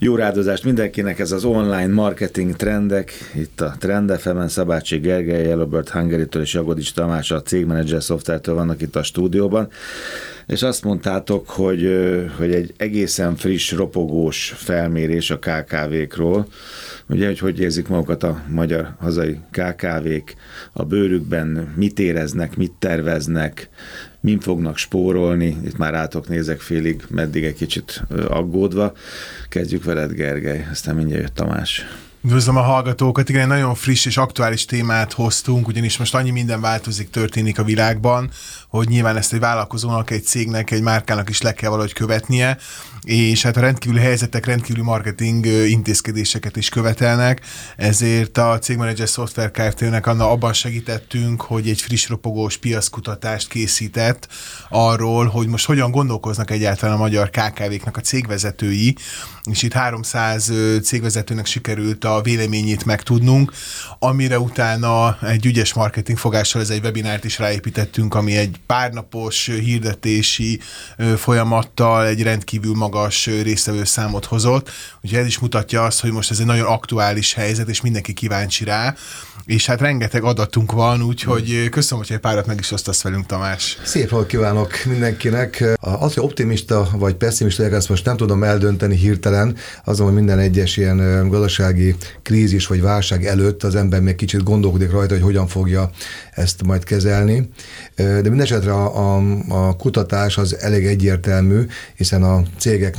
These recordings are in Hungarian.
Jó rádozást mindenkinek, ez az online marketing trendek. Itt a Trend FM-en Szabácsi Gergely, Yellowbird Hungary-től és Jagodics Tamás a Cégmenedzser Szoftvertől vannak itt a stúdióban. És azt mondtátok, hogy egy egészen friss, ropogós felmérés a KKV-król. Ugye, hogy érzik magukat a magyar hazai KKV-k, a bőrükben mit éreznek, mit terveznek, min fognak spórolni. Itt már rátok nézek félig, meddig egy kicsit aggódva. Kezdjük veled, Gergely, aztán mindjárt jött Tamás. Üdvözlöm a hallgatókat, igen, egy nagyon friss és aktuális témát hoztunk, ugyanis most annyi minden változik, történik a világban, hogy nyilván ezt egy vállalkozónak, egy cégnek, egy márkának is le kell valahogy követnie, és hát a rendkívüli helyzetek rendkívüli marketing intézkedéseket is követelnek, ezért a Cégmenedzser Szoftver Kft-nek abban segítettünk, hogy egy friss ropogós piackutatást készített arról, hogy most hogyan gondolkoznak egyáltalán a magyar KKV-knak a cégvezetői, és itt 300 cégvezetőnek sikerült a véleményét megtudnunk, amire utána egy ügyes marketing fogással ez egy webinárt is ráépítettünk, ami egy párnapos hirdetési folyamattal egy rendkívül magas résztvevő számot hozott. Úgyhogy ez is mutatja azt, hogy most ez egy nagyon aktuális helyzet, és mindenki kíváncsi rá, és hát rengeteg adatunk van, úgyhogy köszönöm, hogy egy párat meg is osztasz velünk, Tamás. Szép napot kívánok mindenkinek. Az, hogy optimista vagy pessimista, ezt most nem tudom eldönteni hirtelen, azon, hogy minden egyes ilyen gazdasági krízis vagy válság előtt az ember még kicsit gondolkodik rajta, hogy hogyan fogja ezt majd kezelni. De mindesetre a kutatás az elég egyértelmű, hiszen a cégek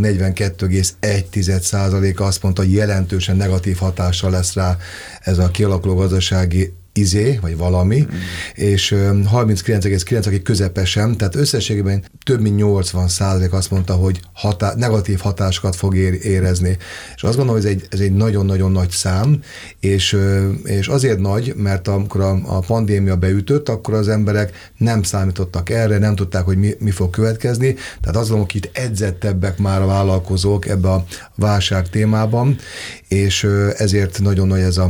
42,1%-a azt mondta, hogy jelentősen negatív hatással lesz rá ez a kialakuló gazdasági vagy valami, és 39,9, aki közepesen, tehát összességében több mint 80% azt mondta, hogy negatív hatásokat fog érezni. És azt gondolom, hogy ez egy nagyon-nagyon nagy szám, és azért nagy, mert amikor a pandémia beütött, akkor az emberek nem számítottak erre, nem tudták, hogy mi fog következni, tehát azt gondolom, hogy itt edzettebbek már a vállalkozók ebbe a válság témában, és ezért nagyon nagy ez a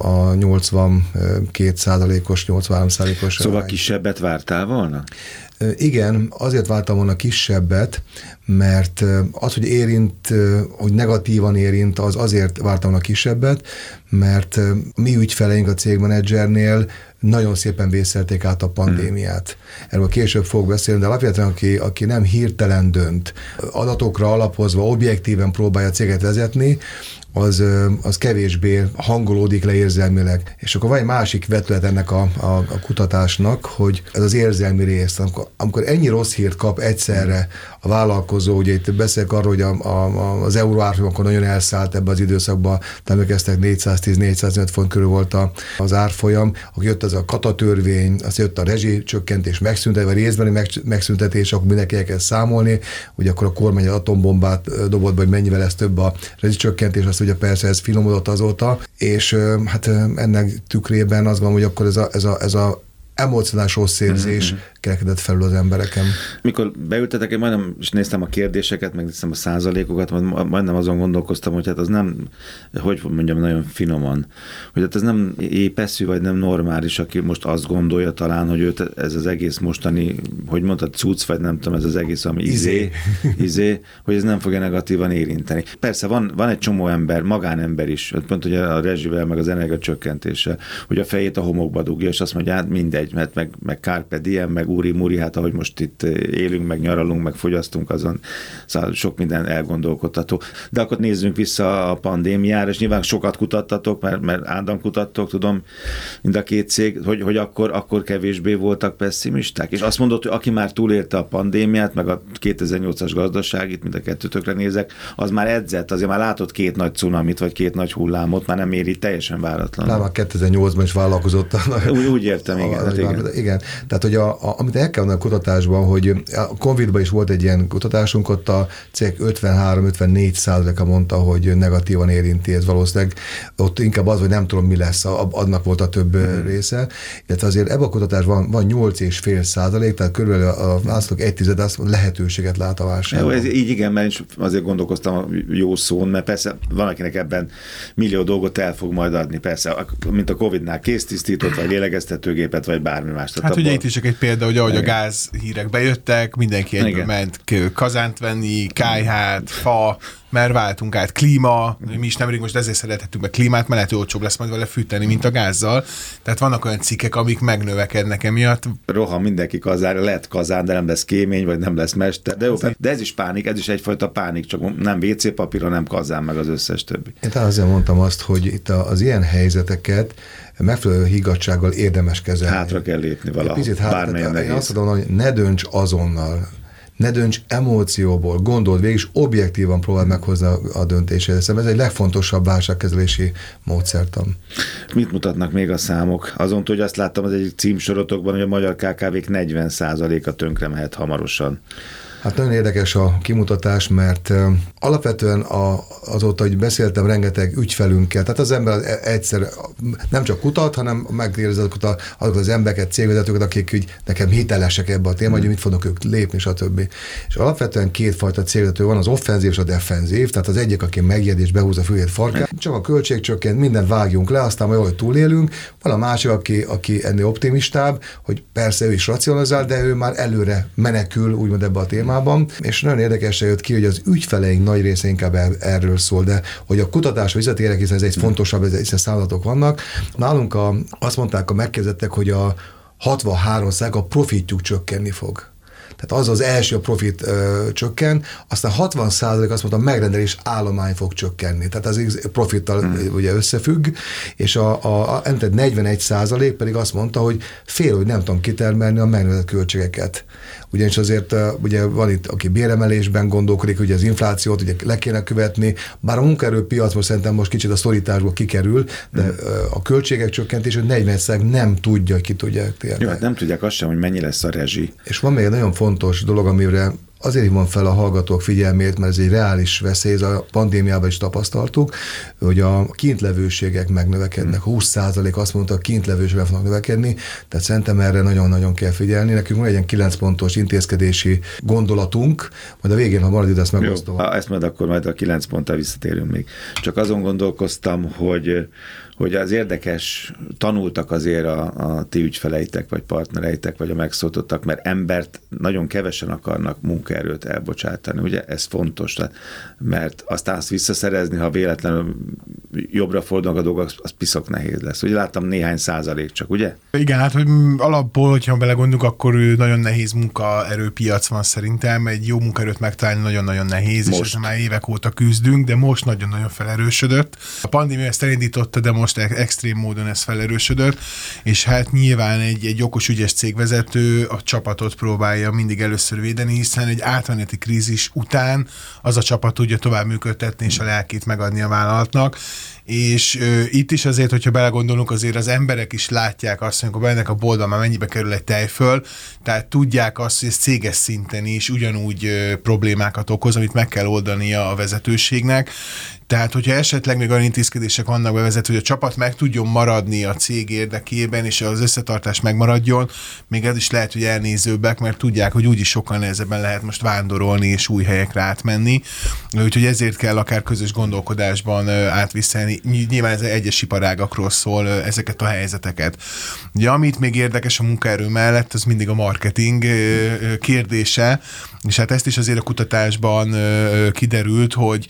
82%-os, 83%-os. Szóval kisebbet vártál volna? Igen, azért vártam volna kisebbet, mert az, hogy negatívan érint, azért vártam volna kisebbet, mert mi ügyfeleink a Cégmenedzsernél nagyon szépen vészelték át a pandémiát. Erről később fogok beszélni, de alapvetően aki nem hirtelen dönt, adatokra alapozva, objektíven próbálja a céget vezetni, az kevésbé hangolódik le érzelmileg. És akkor van egy másik vetület ennek a kutatásnak, hogy ez az érzelmi rész. Amikor ennyi rossz hírt kap egyszerre a vállalkozó, ugye itt beszélek arról, hogy az euró árfolyam akkor nagyon elszállt ebbe az időszakban, emlékeztek 410-450 font körül volt az árfolyam, akkor jött az a katatörvény, azt jött a rezsicsökkentés megszüntetés, vagy részbeni megszüntetés, akkor mindenki elkezd számolni, ugye akkor a kormány az atombombát dobott be, hogy mennyivel lesz több a rezsicsökkentés, azt ugye persze ez finomodott azóta, és hát ennek tükrében azt gondolom, hogy akkor ez a emocionális rossz érzés kerekedett felül az embereken. Mikor beültetek, én majdnem is néztem a kérdéseket, megnéztem a százalékokat, majdnem azon gondolkoztam, hogy hát az nem, hogy mondjam, nagyon finoman, hogy hát ez nem épeszű, vagy nem normális, aki most azt gondolja talán, hogy őt ez az egész mostani, hogy mondtad, cucc, vagy nem tudom, ez az egész, ami izé, hogy ez nem fogja negatívan érinteni. Persze van egy csomó ember, magánember is, pont ugye a rezsivel, meg az energiacsökkentéssel, hogy a fejét a homokba dugja, és azt mondja, hát mindegy, mert meg carpe diem, meg úri-muri, hát ahogy most itt élünk, meg nyaralunk, meg fogyasztunk, azon szóval sok minden elgondolkodható. De akkor nézzünk vissza a pandémiára, és nyilván sokat kutattatok, mert Ádám kutattok, tudom, mind a két cég, hogy akkor kevésbé voltak pessimisták. És azt mondod, hogy aki már túlélte a pandémiát, meg a 2008-as gazdaságit, mind a kettőtökre nézek, az már edzett, azért már látott két nagy cunamit, vagy két nagy hullámot, már nem éri teljesen váratlanul. Már 2008-ban is vállalkozott. Úgy értem, igen. Tehát, hogy amit el kell mondani a kutatásban, hogy a Covid-ban is volt egy ilyen kutatásunk, ott a cég 53-54%-a mondta, hogy negatívan érinti ez valószínűleg. Ott inkább az, hogy nem tudom, mi lesz, annak volt a több része. Illetve azért ebben a kutatásban van 8,5%, tehát körülbelül a választók 1/10 lehetőséget lát a válságban. Ez így igen, mert én azért gondolkoztam a jó szón, mert persze van, akinek ebben millió dolgot el fog majd adni, persze, mint a Covid-nál kéztisztított, vagy lélegeztetőgépet, vagy bármi más. Hát ugye itt is csak egy példa, hogy ahogy a gáz hírek bejöttek, mindenki egyből ment kazánt venni, kályhát, fa, mert váltunk át. Klíma, mi is nemrég most ezért szerethetünk be klímát, mert lehet, hogy olcsóbb lesz majd vele fűteni, mint a gázzal. Tehát vannak olyan cikkek, amik megnövekednek emiatt. Rohan mindenki kazán, lehet kazán, de nem lesz kémény, vagy nem lesz mester. De jó, de ez is pánik, ez is egyfajta pánik, csak nem WC papír, hanem kazán, meg az összes többi. Én azért mondtam azt, hogy itt az ilyen helyzeteket megfelelő higgadtsággal érdemes kezelni. Hátra kell lépni valahol, bármilyen nehéz. Én azt mondom, hogy ne dönts azonnal, ne dönts emócióból, gondold végig, és objektívan próbáld meghozni a döntését. Ez egy legfontosabb válságkezelési módszertan. Mit mutatnak még a számok? Azon, hogy azt láttam az egyik címsorotokban, hogy a magyar KKV-k 40%-a tönkre mehet hamarosan. Hát nagyon érdekes a kimutatás, mert alapvetően azóta, hogy beszéltem rengeteg ügyfelünkkel, tehát az ember egyszer nem csak kutat, hanem megkérdezi azokat az embereket, cégvezetőket, akik úgy nekem hitelesek ebbe a téma, hogy mit fognak ők lépni, stb. És alapvetően kétfajta cégvezető van, az offenzív és a defenzív, tehát az egyik, aki megjed és behúz a fülét farkát, csak a költség csökkent, mindent vágjunk le, aztán majd jól túlélünk, van a másik, aki ennél optimistább, hogy persze ő is racionalizál, de ő már előre menekül, úgymond ebbe a témában. És nagyon érdekesen jött ki, hogy az ügyfeleink nagy része inkább erről szól, de hogy a kutatás visszatérek, hiszen ez egy fontosabb, hiszen számadatok vannak. Nálunk azt mondták a megkérdezettek, hogy a 63% a profitjuk csökkenni fog. Tehát az első a profit csökken, aztán 60% azt mondta, a megrendelés állomány fog csökkenni. Tehát az profittal ugye összefügg, és a 41% pedig azt mondta, hogy fél, hogy nem tudom kitermelni a megrendelett költségeket. Ugyanis azért ugye van itt, aki béremelésben gondolkodik, ugye az inflációt ugye le kéne követni, bár a munkaerőpiac most szerintem most kicsit a szorításból kikerül, de a költségek csökkentés, hogy 40% nem tudja, ki tudják térni. Jó, hát nem tudják azt sem, hogy mennyi lesz a rezsi. És van még egy nagyon fontos dolog, amire azért hívom fel a hallgatók figyelmét, mert ez egy reális veszély, a pandémiában is tapasztaltuk, hogy a kintlevőségek megnövekednek. 20% azt mondta, a kintlevőségek fognak növekedni, tehát szerintem erre nagyon-nagyon kell figyelni. Nekünk van egy ilyen 9 pontos intézkedési gondolatunk, majd a végén, ha marad idő, ezt megosztom. Jó, ezt akkor majd a 9 ponttal visszatérünk még. Csak azon gondolkoztam, hogy az érdekes, tanultak azért a ti ügyfeleitek, vagy partnereitek, vagy a megszóltottak, mert embert nagyon kevesen akarnak munkaerőt elbocsátani. Ugye ez fontos, mert aztán azt visszaszerezni, ha véletlenül jobbra fordulnak a dolgok, az piszok nehéz lesz. Ugye láttam néhány százalék csak, ugye? Igen, hát hogy alapból, hogyha belegondolunk, akkor nagyon nehéz munkaerőpiac van szerintem. Egy jó munkaerőt megtalálni nagyon-nagyon nehéz, most. És ezt már évek óta küzdünk, de most nagyon-nagyon felerősödött. A pandémia ezt elindította, de most extrém módon ez felerősödött, és hát nyilván egy okos, ügyes cégvezető a csapatot próbálja mindig először védeni, hiszen egy átmeneti krízis után az a csapat tudja tovább működtetni és a lelkét megadni a vállalatnak. És itt is azért, hogyha belegondolunk, azért az emberek is látják azt, hogy amikor bennek a boltban már mennyibe kerül egy tejföl, tehát tudják azt, hogy ez céges szinten is ugyanúgy problémákat okoz, amit meg kell oldania a vezetőségnek. Tehát, hogyha esetleg még olyan intézkedések vannak bevezetve, hogy a csapat meg tudjon maradni a cég érdekében, és az összetartás megmaradjon, még ez is lehet, hogy elnézőbbek, mert tudják, hogy úgyis sokkal nehezebben lehet most vándorolni és új helyekre átmenni. Úgyhogy ezért kell akár közös gondolkodásban átviszelni. Nyilván ez egyes iparágakról szól ezeket a helyzeteket. Ugye, amit még érdekes a munkaerő mellett, az mindig a marketing kérdése, és hát ezt is azért a kutatásban kiderült, hogy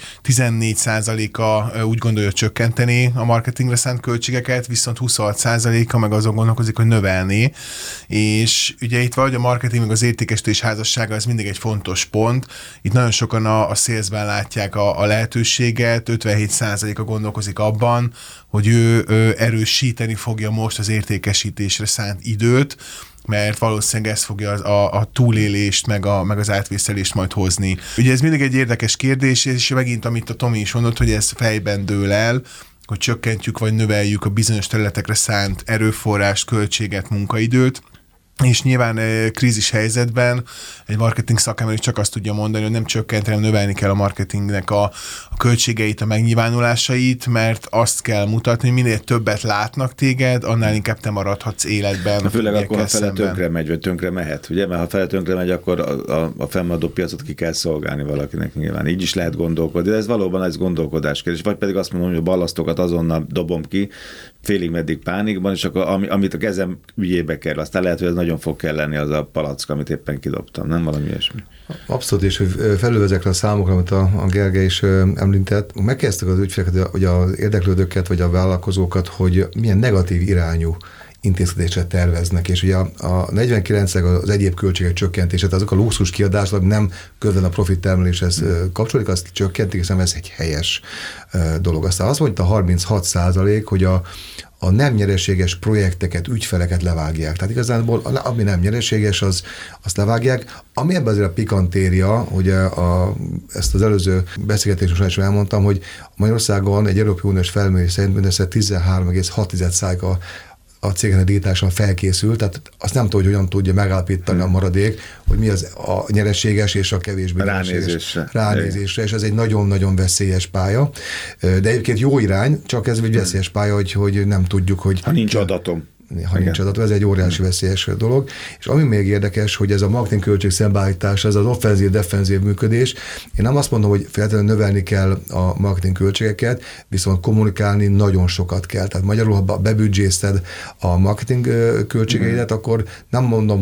14%-a úgy gondolja, hogy csökkenteni a marketingre szánt költségeket, viszont 26%-a meg azon gondolkozik, hogy növelni. És ugye itt valahogy a marketing, meg az értékesítés házassága, ez mindig egy fontos pont. Itt nagyon sokan a salesben látják a lehetőséget, 57%-a gondolkozik abban, hogy ő erősíteni fogja most az értékesítésre szánt időt, mert valószínűleg ez fogja a túlélést, meg az átvészelést majd hozni. Ugye ez mindig egy érdekes kérdés, és megint, amit a Tomi is mondott, hogy ez fejben dől el, hogy csökkentjük vagy növeljük a bizonyos területekre szánt erőforrást, költséget, munkaidőt, és nyilván krízis helyzetben egy marketing szakember csak azt tudja mondani, hogy nem csökkenteni, növelni kell a marketingnek a költségeit, a megnyilvánulásait, mert azt kell mutatni, hogy minél többet látnak téged, annál inkább te maradhatsz életben. Főleg akkor, ha fele tönkre megy, vagy tönkre mehet, ugye? Mert ha fele tönkre megy, akkor a fennmaradó piacot ki kell szolgálni valakinek nyilván. Így is lehet gondolkodni, de ez valóban ez gondolkodás kérdés. Vagy pedig azt mondom, hogy a ballasztokat azonnal dobom ki, félig meddig pánikban, és akkor amit a kezem ügyébe kerül, aztán lehet, hogy ez nagyon fog kelleni az a palack, amit éppen kidobtam, nem valami ilyesmi. Abszolút, és hogy felül ezekre a számokra, amit a Gergely is említett, megkezdtük az ügyfeleket, hogy az érdeklődőket, vagy a vállalkozókat, hogy milyen negatív irányú intézkedésre terveznek, és ugye a 49-leg az egyéb költségek csökkentése, tehát azok a luxus kiadások nem közben a profit termeléshez kapcsolódik, azt csökkentik, és ez egy helyes dolog. Aztán azt mondta 36%, hogy a nem nyereséges projekteket, ügyfeleket levágják. Tehát igazából ami nem nyereséges, azt levágják. Ami ebben azért a pikantéria, hogy ezt az előző beszélgetésben is elmondtam, hogy Magyarországon egy Európai Uniós felmérés szerint mindössze 13,6% a cégnek digitálisan felkészült, tehát azt nem tudja, hogy hogyan tudja megállapítani a maradék, hogy mi az a nyereséges és a kevésbé ránézésre, és ez egy nagyon-nagyon veszélyes pálya. De egyébként jó irány, csak ez egy veszélyes pálya, hogy nem tudjuk, hogy... Ha nincs adatom. Nincs adatom, ez egy óriási veszélyes dolog. És ami még érdekes, hogy ez a marketing költség szembeállítás, ez az offenzív-defenzív működés. Én nem azt mondom, hogy feltétlenül növelni kell a marketing költségeket, viszont kommunikálni nagyon sokat kell. Tehát magyarul, ha bebüdzsézted a marketing költségeidet, akkor nem mondom,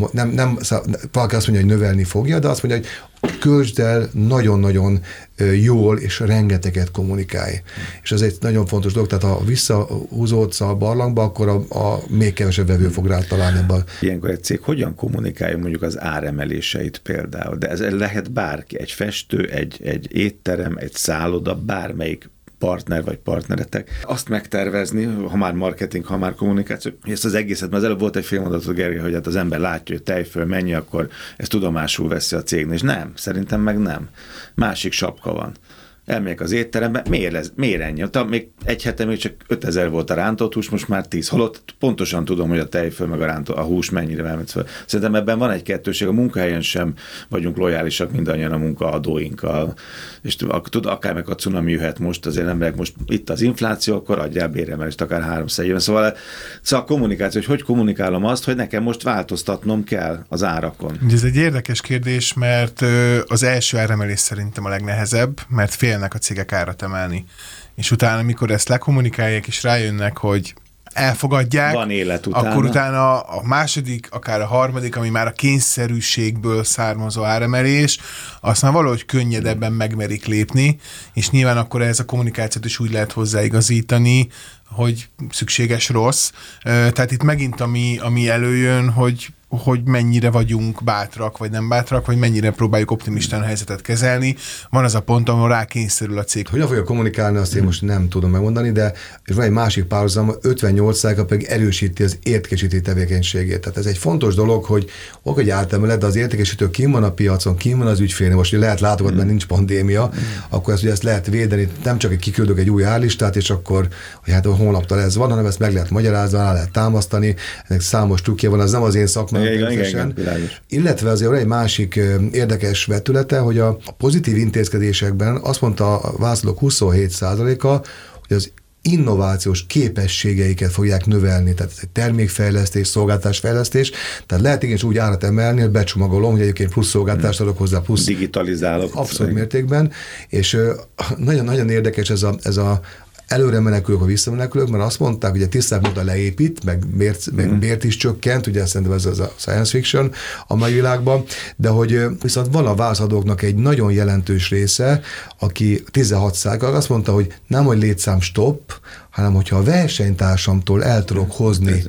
valaki azt mondja, hogy növelni fogja, de azt mondja, hogy költsd el nagyon-nagyon jól, és rengeteget kommunikálj. És ez egy nagyon fontos dolog, tehát ha visszahúzódsz a barlangba, akkor a még kevesebb vevő fog rá találni ebben. Ilyenkor egy cég hogyan kommunikálja mondjuk az áremeléseit például? De ez lehet bárki, egy festő, egy étterem, egy szálloda, bármelyik partner vagy partneretek. Azt megtervezni, ha már marketing, ha már kommunikáció, ezt az egészet, mert az előbb volt egy félmondatot, Gergely, hogy hát az ember látja, hogy tejföl mennyi, akkor ezt tudomásul veszi a cégnél, és nem, szerintem meg nem. Másik sapka van. Elmegyek az étterembe, miért ennyi? Még egy hete még csak 5000 volt a rántott hús, most már 10. Holott pontosan tudom, hogy a tejföl meg a hús mennyire elment fel. Szerintem ebben van egy kettőség, a munkahelyen sem vagyunk lojálisak mindannyian a munkaadóinkkal, és akár meg a cunami jöhet most, azért emberek most itt az infláció, akkor adjál béremelést akár 3-szer éven. Szóval a kommunikáció, hogy kommunikálom azt, hogy nekem most változtatnom kell az árakon. Ez egy érdekes kérdés, mert az első áremelés szerintem a legnehezebb, mert félnek a cégek árat emelni. És utána, amikor ezt lekommunikálják, és rájönnek, hogy elfogadják, van élet utána. Akkor utána a második, akár a harmadik, ami már a kényszerűségből származó áremelés, azt már valahogy könnyedebben megmerik lépni, és nyilván akkor ez a kommunikációt is úgy lehet hozzáigazítani, hogy szükséges rossz. Tehát itt megint ami előjön, hogy mennyire vagyunk bátrak, vagy nem bátrak, vagy mennyire próbáljuk optimistán a helyzetet kezelni. Van az a pont, ahol rákényszerül a cég. Hogyan fogja kommunikálni, azt én most nem tudom megmondani, de és van egy másik párhuzam, 58%-a pedig erősíti az értékesítő tevékenységét. Tehát ez egy fontos dolog, hogy átemeled, de az értékesítő kim van a piacon, kim van az ügyfélnél, most lehet látogatni, mert nincs pandémia, akkor ezt lehet védeni, nem csak kiküldök egy új állistát, és akkor, hogy hát a hónaptal ez van, hanem ezt meg lehet magyarázni, rá lehet támasztani, ennek számos trükkje van, az nem az én szakmám. Igen, illetve azért egy másik érdekes vetülete, hogy a pozitív intézkedésekben azt mondta a válaszolók 27%-a, hogy az innovációs képességeiket fogják növelni, tehát egy termékfejlesztés, szolgáltatásfejlesztés, tehát lehet igenis úgy árat emelni, hogy becsomagolom, hogy egyébként plusz szolgáltást adok hozzá, plusz digitalizálok. Abszolút mértékben, és nagyon-nagyon érdekes ez a előre menekülök, a visszamenekülök, mert azt mondták, hogy a tiszták módon leépít, meg miért is csökkent, ugye szerintem ez a science fiction a mai világban, de hogy viszont van a válaszadóknak egy nagyon jelentős része, aki 16%-kal azt mondta, hogy nem, hogy létszám stop, hanem hogyha a versenytársamtól el tudok hozni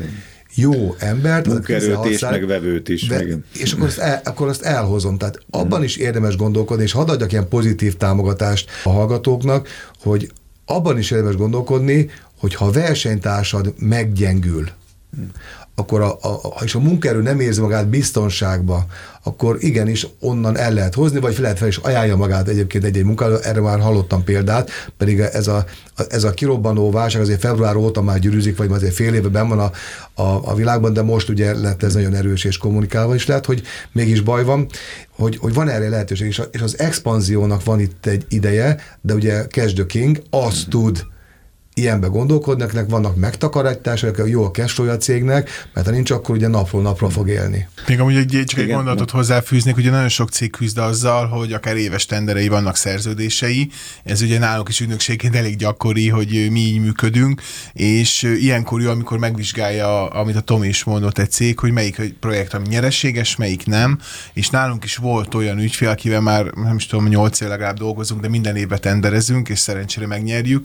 jó embert, munkaerőt és meg vevőt is. És akkor azt elhozom. Tehát abban is érdemes gondolkodni, és hadd adjak ilyen pozitív támogatást a hallgatóknak, hogy abban is érdemes gondolkodni, hogy ha a versenytársad meggyengül, akkor és a munkaerő nem érzi magát biztonságba, akkor igenis onnan el lehet hozni, vagy fel is ajánlja magát egyébként egy munkaerő, erre már hallottam példát, pedig ez a kirobbanó válság azért február óta már gyűrűzik, vagy azért fél éve benn van a világban, de most ugye lett ez nagyon erős és kommunikálva is lehet, hogy mégis baj van, hogy van erre lehetőség, és az expanziónak van itt egy ideje, de ugye Cash the King azt tud ilyenbe gondolkodnak, vannak megtakarítások, jó a cashflow a cégnek, mert ha nincs, akkor ugye napról napra fog élni. Még amúgy csak egy gondolatot hozzáfűznék, ugye nagyon sok cég küzd azzal, hogy akár éves tenderei vannak, szerződései. Ez ugye nálunk is ügynökségként elég gyakori, hogy mi így működünk, és ilyenkor jó, amikor megvizsgálja, amit a Tomi is mondott, egy cég, hogy melyik projekt, ami nyereséges, melyik nem, és nálunk is volt olyan ügyfél, akivel már nem is tudom, 8 év legalább dolgozunk, de minden évben tenderezünk, és szerencsére megnyerjük,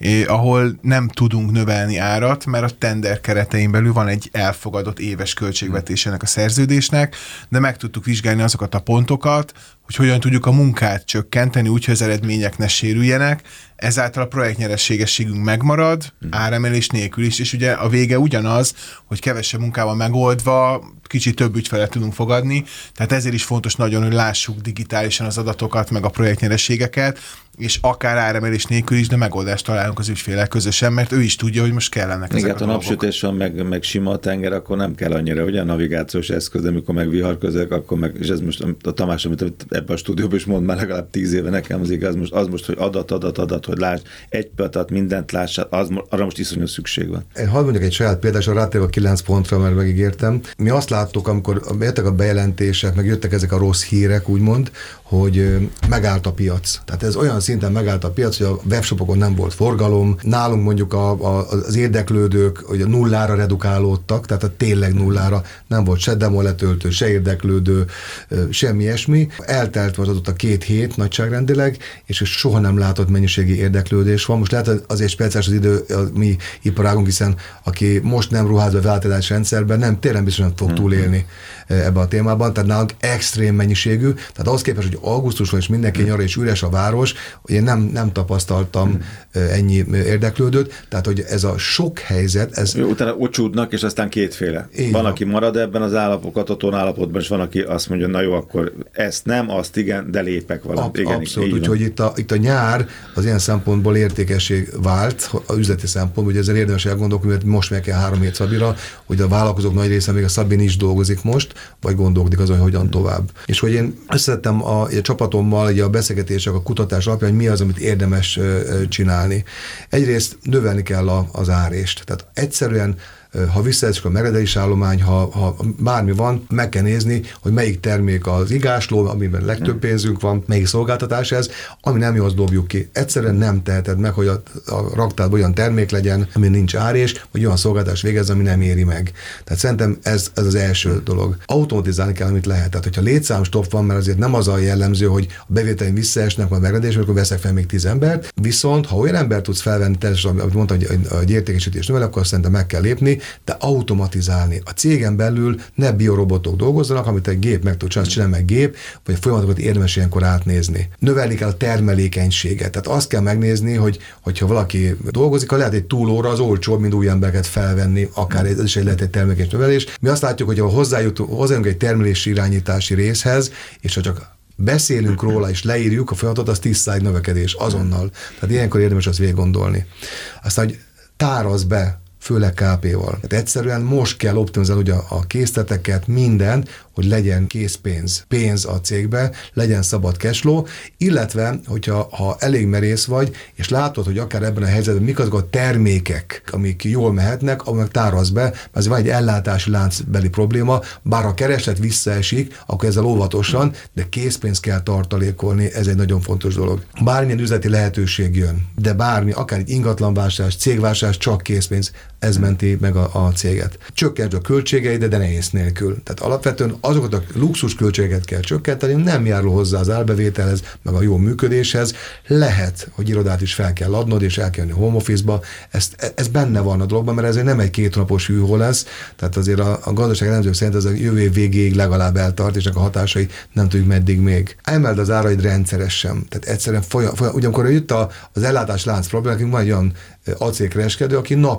ahol nem tudunk növelni árat, mert a tender keretein belül van egy elfogadott éves költségvetésének a szerződésnek, de meg tudtuk vizsgálni azokat a pontokat, hogy hogyan tudjuk a munkát csökkenteni, úgy, hogy az eredmények ne sérüljenek, ezáltal a projektnyerességességünk megmarad, áremelés nélkül is, és ugye a vége ugyanaz, hogy kevesebb munkával megoldva kicsit több ügyfelet tudunk fogadni, tehát ezért is fontos nagyon, hogy lássuk digitálisan az adatokat, meg a projektnyerességeket, és akár áremelés nélkül is, de megoldást találunk az ügyfélel közösen, mert ő is tudja, hogy most kellenek ezek a dolgok. Igen, ha napsütés van, meg sima a tenger, akkor nem kell annyira, ugye a navigációs eszköz, de amikor meg vihar akkor meg, és ez most a Tamás, amit ebben a stúdióban is mond már legalább 10 éve nekem az igaz, az most, hogy adat, hogy láss, egy pillanatot mindent láss, arra most iszonyú szükség van. Én hadd mondjak egy saját példásra, rátérve a 9 pontra, mert megígértem. Mi azt láttuk, amikor jöttek a bejelentések, meg jöttek ezek a rossz hírek, úgymond, hogy megállt a piac. Tehát ez olyan szinten megállt a piac, hogy a webshopokon nem volt forgalom. Nálunk mondjuk az érdeklődők hogy a nullára redukálódtak, tehát a tényleg nullára nem volt se demo letöltő, se érdeklődő, semmi ilyesmi. Eltelt az a 2 hét nagyságrendileg, és soha nem látott mennyiségi érdeklődés van. Most lehet azért speciális az idő a mi iparágunk, hiszen aki most nem ruház be változás rendszerben, nem tényleg biztosan fog túlélni ebbe a témában, tehát nálunk extrém mennyiségű, tehát ahhoz képest, hogy augusztus van és mindenki nyar és üres a város, hogy én nem tapasztaltam ennyi érdeklődőt, tehát hogy ez a sok helyzet, ez... Utána ocsúdnak, és aztán kétféle. Van, aki marad ebben az kataton állapotban, és van, aki azt mondja, na jó, akkor ezt nem, azt igen, de lépek valamit. Igen, abszolút, úgyhogy itt a nyár az ilyen szempontból értékesség vált, az üzleti szempontból, hogy ezzel érdemes elgondolkodni, mert most meg kell 3 hét Szabira, hogy a vállalkozók nagy része még a Szabin is dolgozik most, vagy gondolkodik azon, hogy hogyan tovább. És hogy én összetettem a csapatommal a beszélgetések, a kutatás alapján, hogy mi az, amit érdemes csinálni. Egyrészt növelni kell az árést. Tehát egyszerűen ha visszaesik a meredelési állomány, ha bármi van, meg kell nézni, hogy melyik termék az igásló, amiben legtöbb pénzünk van, melyik szolgáltatás ez, ami nem jó, azt dobjuk ki. Egyszerűen nem teheted meg, hogy a raktárban olyan termék legyen, ami nincs árés, vagy olyan szolgáltatás végez, ami nem éri meg. Tehát szerintem ez az első dolog. Automatizálni kell, amit lehet. Tehát, hogyha létszámstopp van, mert azért nem az a jellemző, hogy a bevételeim visszaesnek, majd megrendésben, akkor veszek fel még 10 embert. Viszont, ha olyan embert tudsz felvenni, amit mondtam, hogy értékesítés növel, akkor szerintem meg kell lépni, de automatizálni. A cégen belül ne biorobotok dolgozzanak, amit egy gép meg tud csinálni, meg gép, vagy a folyamatokat érdemes ilyenkor átnézni. Növelni kell a termelékenységet. Tehát azt kell megnézni, hogyha valaki dolgozik, ha lehet egy túlóra, az olcsóbb, mint új embereket felvenni, akár ez is lehet egy termelékenys növelés. Mi azt látjuk, hogy ha hozzájunk egy termelési irányítási részhez, és ha csak beszélünk róla és leírjuk a folyamatot, az 10% növekedés azonnal. Tehát ilyenkor érdemes azt végig gondolni. Aztán, hogy tárazd be, főleg KP-val. Tehát egyszerűen most kell optimizálni ugye a készleteket, mindent, hogy legyen készpénz, pénz a cégbe, legyen szabad cashflow, illetve, ha elég merész vagy, és látod, hogy akár ebben a helyzetben mik azok a termékek, amik jól mehetnek, amik tárazd be, mert ez van egy ellátási láncbeli probléma, bár a kereslet visszaesik, akkor ezzel óvatosan, de készpénzt kell tartalékolni, ez egy nagyon fontos dolog. Bármilyen üzleti lehetőség jön, de bármi, akár egy ingatlanvásárlás, cégvásárlás, csak készpénz, ez menti meg a céget. Csökkent a költségeid, de ne ész nélkül. Tehát alapvetően azokat a luxus költségeket kell csökkenteni, nem járul hozzá az árbevételhez, meg a jó működéshez. Lehet, hogy irodát is fel kell adnod, és el kell jönni a home office-ba. Ez benne van a dologban, mert ez nem egy 2 napos hűhó lesz. Tehát azért a gazdaság elemzők szerint ez a jövő év végéig legalább eltart, és a hatásai nem tudjuk meddig még. Emeld az áraid rendszeresen. Tehát egyszerűen ugyanakkor jött az ellátás lánc probléma, van egy olyan acélkereskedő, aki napi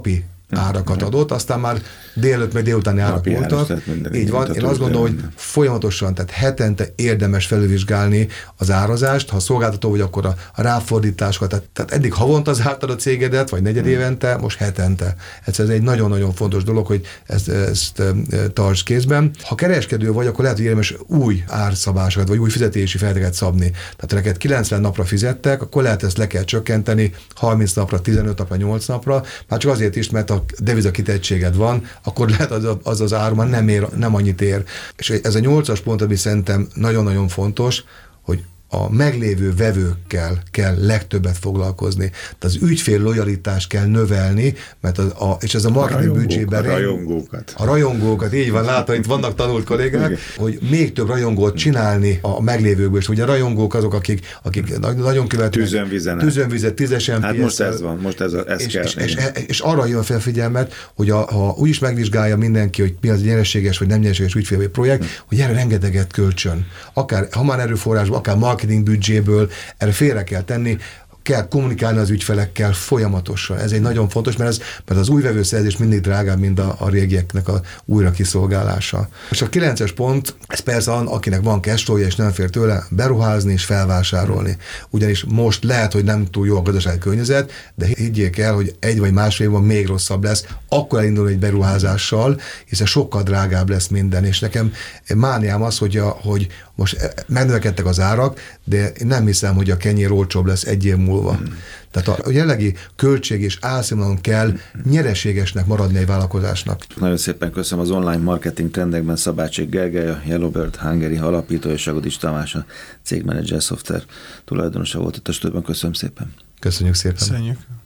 árakat adott, aztán már délelőtt meg délutáni árak voltak. Így van, én azt gondolom, hogy folyamatosan, tehát hetente érdemes felülvizsgálni az árazást, ha szolgáltató vagy, akkor a ráfordításokat, tehát eddig havonta zártad a cégedet, vagy negyed évente, most hetente. Ez egy nagyon-nagyon fontos dolog, hogy ezt tarts kézben. Ha kereskedő vagy, akkor lehet, hogy érdemes új árszabásokat, vagy új fizetési feltételeket szabni. Tehát neked 90 napra fizettek, akkor lehet ezt le kell csökkenteni 30 napra, 15 napra, 8 napra, már csak azért is, mert a deviza kitettséged van, akkor lehet az áru már nem annyit ér. És ez a 8-as pont, ami szerintem nagyon-nagyon fontos, hogy a meglévő vevőkkel kell legtöbbet foglalkozni. Tehát az ügyfél lojalitást kell növelni, mert és ez a marketing büdzsében... A rajongókat, így van, látom, itt vannak tanult kollégák, hogy még több rajongót csinálni a meglévőkből, és ugye a rajongók azok, akik nagyon követnek. Tűzönvizet, 10 MPS. Hát most ez van, ez kell. És arra jön fel figyelmet, hogy ha úgy is megvizsgálja mindenki, hogy mi az nyereséges vagy nem nyereséges ügyfél vagy projekt, hogy erre rengeteget költsön. Akár humán erőforrásból, akár marketing büdzséből, erre félre kell tenni, kell kommunikálni az ügyfelekkel folyamatosan. Ez egy nagyon fontos, mert az új vevőszerzés mindig drágább, mint a régieknek a újra kiszolgálása. És a 9-es pont, ez persze akinek van cashflow-ja és nem fér tőle, beruházni és felvásárolni. Ugyanis most lehet, hogy nem túl jó a gazdasági környezet, de higgyék el, hogy 1 vagy másfél évben még rosszabb lesz, akkor elindul egy beruházással, hiszen sokkal drágább lesz minden. És nekem mániám az, hogy most megnövekedtek az árak, de én nem hiszem, hogy a kenyér olcsóbb lesz 1 év múlva. Tehát a jelenlegi költség és álszínvonalon kell nyereségesnek maradni egy vállalkozásnak. Nagyon szépen köszönöm az online marketing trendekben Szabácsék Gergely, a Yellowbird Hungary alapító, és Agodics Tamás, a cégmenedzser szoftver tulajdonosa volt itt a stúdióban. Köszönöm szépen. Köszönjük szépen. Köszönjük.